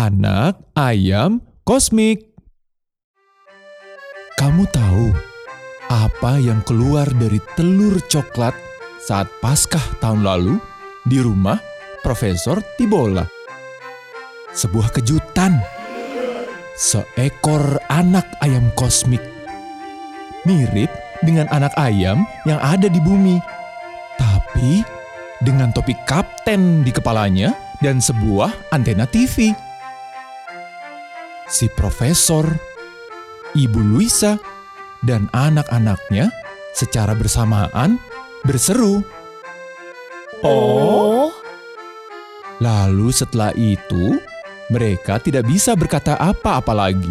Anak ayam kosmik. Kamu tahu apa yang keluar dari telur coklat saat Paskah tahun lalu di rumah Profesor Tibola? Sebuah kejutan. Seekor anak ayam kosmik. Mirip dengan anak ayam yang ada di bumi. Tapi dengan topi kapten di kepalanya dan sebuah antena TV. Si profesor, Ibu Luisa, dan anak-anaknya secara bersamaan berseru, "Oh!" Lalu setelah itu, mereka tidak bisa berkata apa-apa lagi.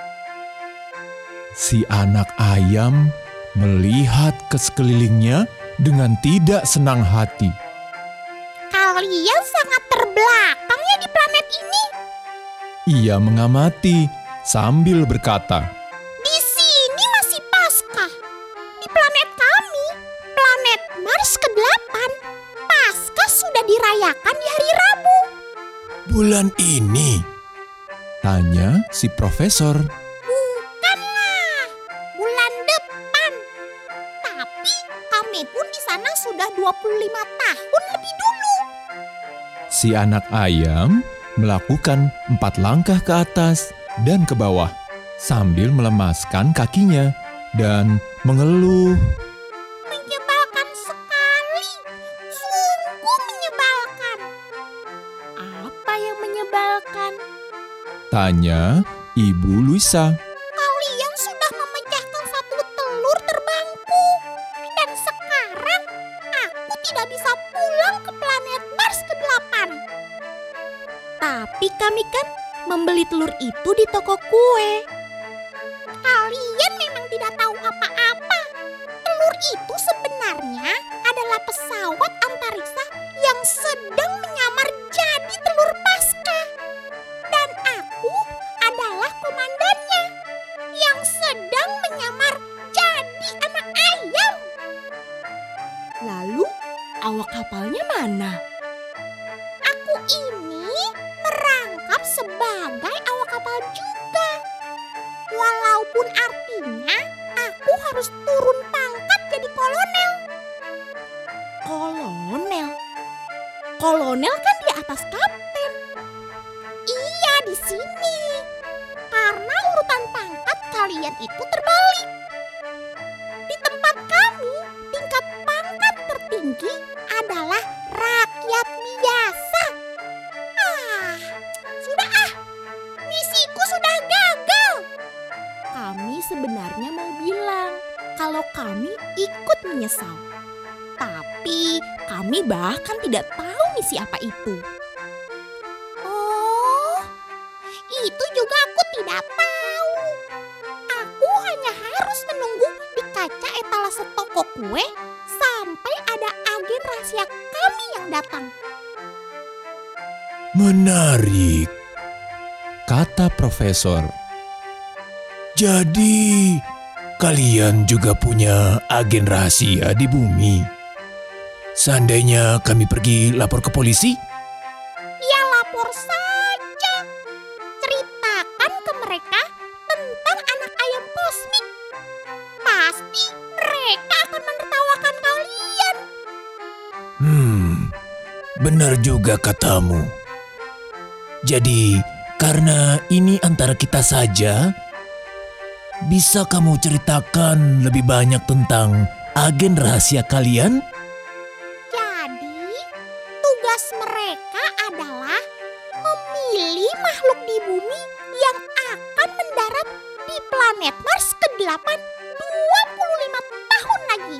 Si anak ayam melihat ke sekelilingnya dengan tidak senang hati. Kalian sangat terbelakang ya di planet ini. Ia mengamati sambil berkata, Di sini masih Paskah. Di planet kami, planet Mars ke-8, Paskah sudah dirayakan di hari Rabu. "Bulan ini?" tanya si profesor. Bukanlah, bulan depan. Tapi kami pun di sana sudah 25 tahun lebih dulu. Si anak ayam melakukan 4 langkah ke atas dan ke bawah sambil melemaskan kakinya dan mengeluh. Menyebalkan sekali, sungguh menyebalkan. Apa yang menyebalkan? Tanya Ibu Luisa. Kalian sudah memecahkan satu telur terbangku. Dan sekarang aku tidak bisa pulang ke planet Mars ke-8. Tapi kami kan membeli telur itu di toko kue. Kalian memang tidak tahu apa-apa. Telur itu sebenarnya adalah pesawat antariksa yang sedang menyamar jadi telur Paskah. Dan aku adalah komandannya yang sedang menyamar jadi anak ayam. Lalu awak kapalnya mana? Aku ini merangkap sebagai awak kapal juga. Walaupun artinya aku harus turun pangkat jadi kolonel. Kolonel? Kolonel kan di atas kapten. Iya, di sini. Karena urutan pangkat kalian itu terbalik. Di tempat kami, tingkat pangkat tertinggi adalah rakyat biasa. Sudah. Misiku sudah gagal. Kami sebenarnya mau bilang kalau kami ikut menyesal. Tapi kami bahkan tidak tahu misi apa itu. Oh, itu juga aku tidak tahu. Aku hanya harus menunggu di kaca etalase toko kue sampai ada agen rahasia kami yang datang. "Menarik," kata profesor. "Jadi, kalian juga punya agen rahasia di bumi? Seandainya kami pergi lapor ke polisi?" Ya lapor saja. Ceritakan ke mereka tentang anak ayam kosmik. Pasti mereka akan menertawakan kalian. Benar juga katamu. Jadi, karena ini antara kita saja, bisa kamu ceritakan lebih banyak tentang agen rahasia kalian? Jadi, tugas mereka adalah memilih makhluk di bumi yang akan mendarat di planet Mars ke-8 25 tahun lagi.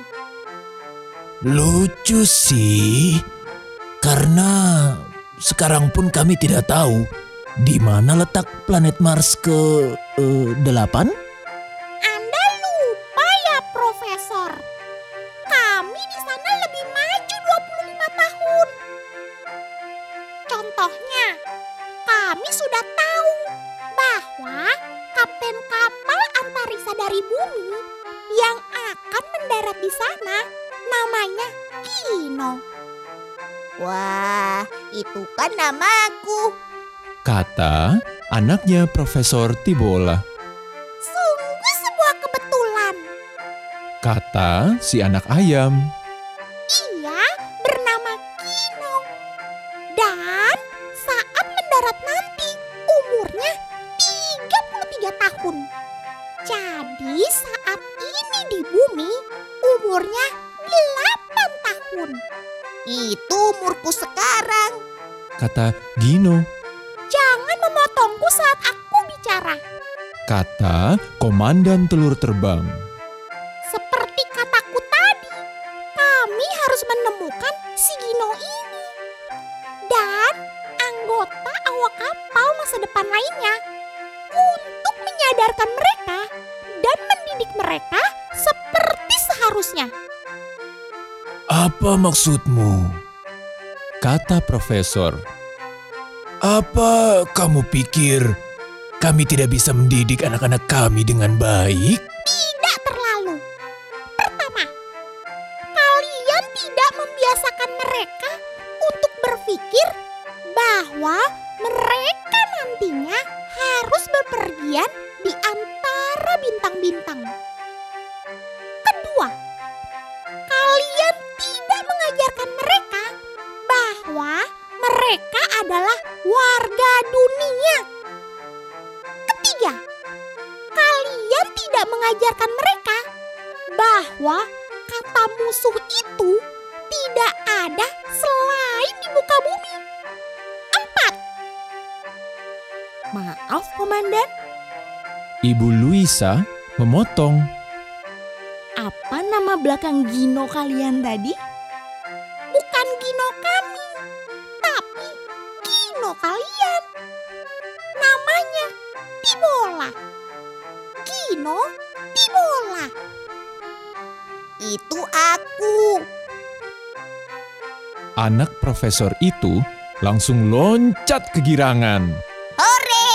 Lucu sih, karena sekarang pun kami tidak tahu di mana letak planet Mars ke-8. Anda lupa ya, Profesor. Kami di sana lebih maju 25 tahun. Contohnya, kami sudah tahu bahwa kapten kapal antariksa dari bumi yang akan mendarat di sana namanya Kino. Wah, itu kan namaku. kata anaknya Profesor Tibola. Sungguh sebuah kebetulan. Kata si anak ayam. Ia bernama Gino. Dan saat mendarat nanti umurnya 33 tahun. Jadi saat ini di bumi umurnya 8 tahun. Itu umurku sekarang. Kata Gino. Jangan memotongku saat aku bicara. Kata komandan telur terbang. Seperti kataku tadi, kami harus menemukan si Gino ini. Dan anggota awak kapal masa depan lainnya. Untuk menyadarkan mereka dan mendidik mereka seperti seharusnya. Apa maksudmu? Kata Profesor. Apa kamu pikir kami tidak bisa mendidik anak-anak kami dengan baik? Tidak terlalu. Pertama, kalian tidak membiasakan mereka untuk berpikir bahwa mereka nantinya harus bepergian di antara bintang-bintang. Kedua, kalian tidak mengajarkan mereka bahwa mereka adalah warga dunia. Ketiga, kalian tidak mengajarkan mereka bahwa kata musuh itu tidak ada selain di muka bumi. 4. Maaf, Komandan. Ibu Luisa memotong. Apa nama belakang Gino kalian tadi? Bukan Gino kami, tapi Gino kalian. Namanya Tibola. Gino Tibola. Itu aku. Anak profesor itu langsung loncat kegirangan. Hore!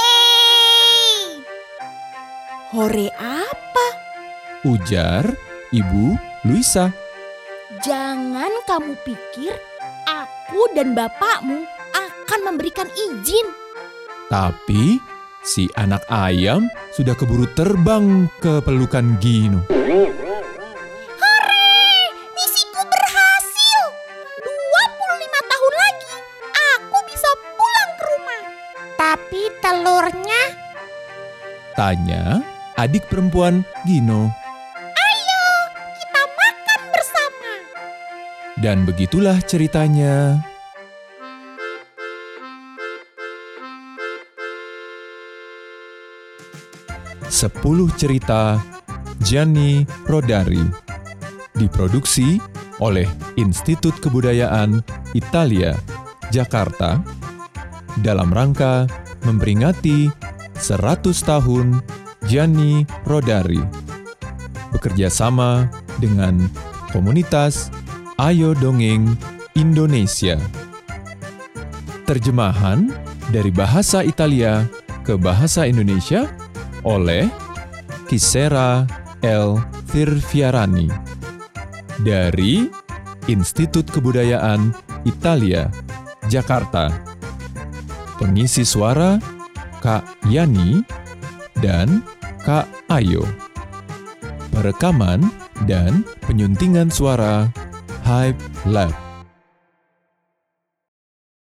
Hore apa? Ujar Ibu Luisa. Jangan kamu pikir aku dan bapakmu akan memberikan izin. Tapi si anak ayam sudah keburu terbang ke pelukan Gino. Hore! Misiku berhasil. 25 tahun lagi aku bisa pulang ke rumah. Tapi telurnya? Tanya adik perempuan Gino. Ayo, kita makan bersama. Dan begitulah ceritanya. Sepuluh cerita Gianni Rodari. Diproduksi oleh Institut Kebudayaan Italia, Jakarta, dalam rangka memperingati 100 tahun Gianni Rodari. Bekerja sama dengan komunitas Ayo Dongeng Indonesia. Terjemahan dari bahasa Italia ke bahasa Indonesia oleh Kisera L. Firviarani dari Institut Kebudayaan Italia, Jakarta. Pengisi suara Kak Yani dan Kak Ayo. Perekaman dan penyuntingan suara Hype Lab.